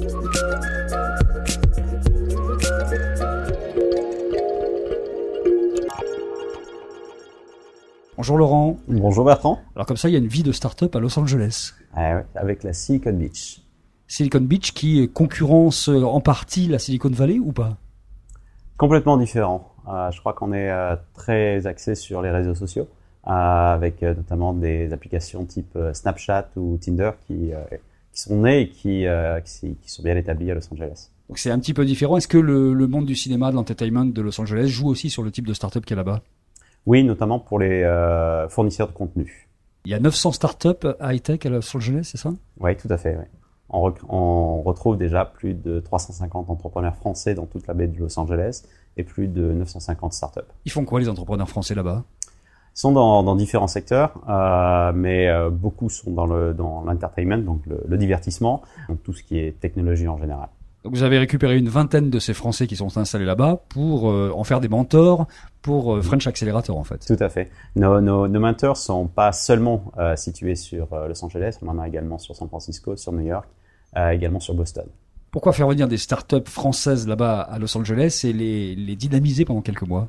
Bonjour Laurent. Bonjour Bertrand. Alors comme ça, il y a une vie de start-up à Los Angeles. Ouais, avec la Silicon Beach. Silicon Beach qui concurrence en partie la Silicon Valley ou pas? Complètement différent. Je crois qu'on est très axé sur les réseaux sociaux, avec notamment des applications type Snapchat ou Tinder qui sont nées et qui sont bien établies à Los Angeles. Donc c'est un petit peu différent. Est-ce que le monde du cinéma, de l'entertainment de Los Angeles joue aussi sur le type de start-up qu'il y a là-bas? Oui, notamment pour les fournisseurs de contenu. Il y a 900 startups high-tech à Los Angeles, c'est ça? Oui, tout à fait. Oui. On retrouve déjà plus de 350 entrepreneurs français dans toute la baie de Los Angeles et plus de 950 startups. Ils font quoi les entrepreneurs français là-bas? Ils sont dans différents secteurs, mais beaucoup sont dans l'entertainment, donc le divertissement, donc tout ce qui est technologie en général. Donc vous avez récupéré une vingtaine de ces Français qui sont installés là-bas pour en faire des mentors pour French Accelerator en fait. Tout à fait. Nos mentors sont pas seulement situés sur Los Angeles, on en a également sur San Francisco, sur New York, également sur Boston. Pourquoi faire venir des startups françaises là-bas à Los Angeles et les dynamiser pendant quelques mois?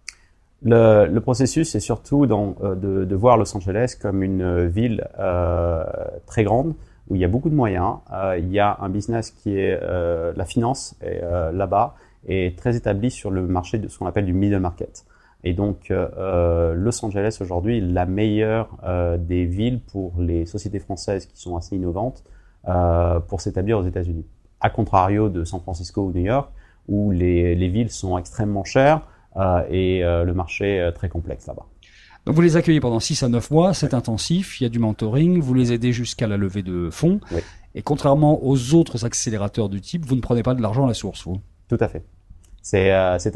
Le processus est surtout de voir Los Angeles comme une ville très grande, où il y a beaucoup de moyens. Il y a un business qui est la finance là-bas est très établi sur le marché de ce qu'on appelle du middle market. Et donc Los Angeles aujourd'hui est la meilleure des villes pour les sociétés françaises qui sont assez innovantes pour s'établir aux États-Unis. À contrario de San Francisco ou New York, où les villes sont extrêmement chères et le marché est très complexe là-bas. Donc vous les accueillez pendant 6 à 9 mois, c'est intensif, il y a du mentoring, vous les aidez jusqu'à la levée de fonds. Oui. Et contrairement aux autres accélérateurs du type, vous ne prenez pas de l'argent à la source, vous. Tout à fait. C'est assez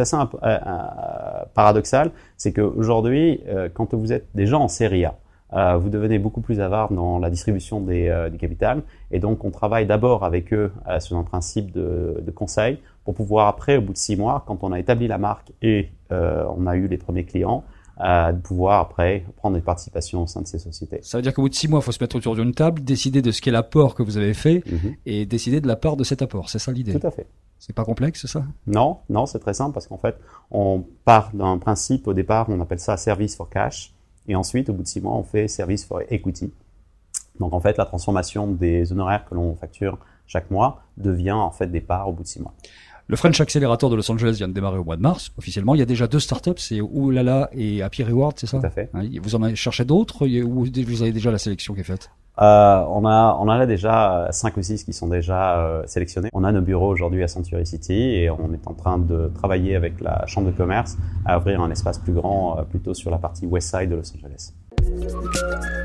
paradoxal, c'est qu'aujourd'hui, quand vous êtes déjà en série A, vous devenez beaucoup plus avare dans la distribution du capital, et donc on travaille d'abord avec eux sur un principe de conseil pour pouvoir après, au bout de 6 mois, quand on a établi la marque et on a eu les premiers clients, de pouvoir après prendre des participations au sein de ces sociétés. Ça veut dire qu'au bout de 6 mois, il faut se mettre autour d'une table, décider de ce qu'est l'apport que vous avez fait et décider de la part de cet apport. C'est ça l'idée? Tout à fait. C'est pas complexe, ça? Non, c'est très simple parce qu'en fait, on part d'un principe au départ, on appelle ça service for cash, et ensuite, au bout de 6 mois, on fait service for equity. Donc en fait, la transformation des honoraires que l'on facture chaque mois devient en fait des parts au bout de 6 mois. Le French Accelerator de Los Angeles vient de démarrer au mois de mars. Officiellement, il y a déjà 2 startups, c'est Oulala et Happy Reward, c'est ça? Tout à fait. Vous en avez cherché d'autres ou vous avez déjà la sélection qui est faite? On a là déjà 5 ou 6 qui sont déjà sélectionnés. On a nos bureaux aujourd'hui à Century City et on est en train de travailler avec la Chambre de commerce à ouvrir un espace plus grand plutôt sur la partie West Side de Los Angeles.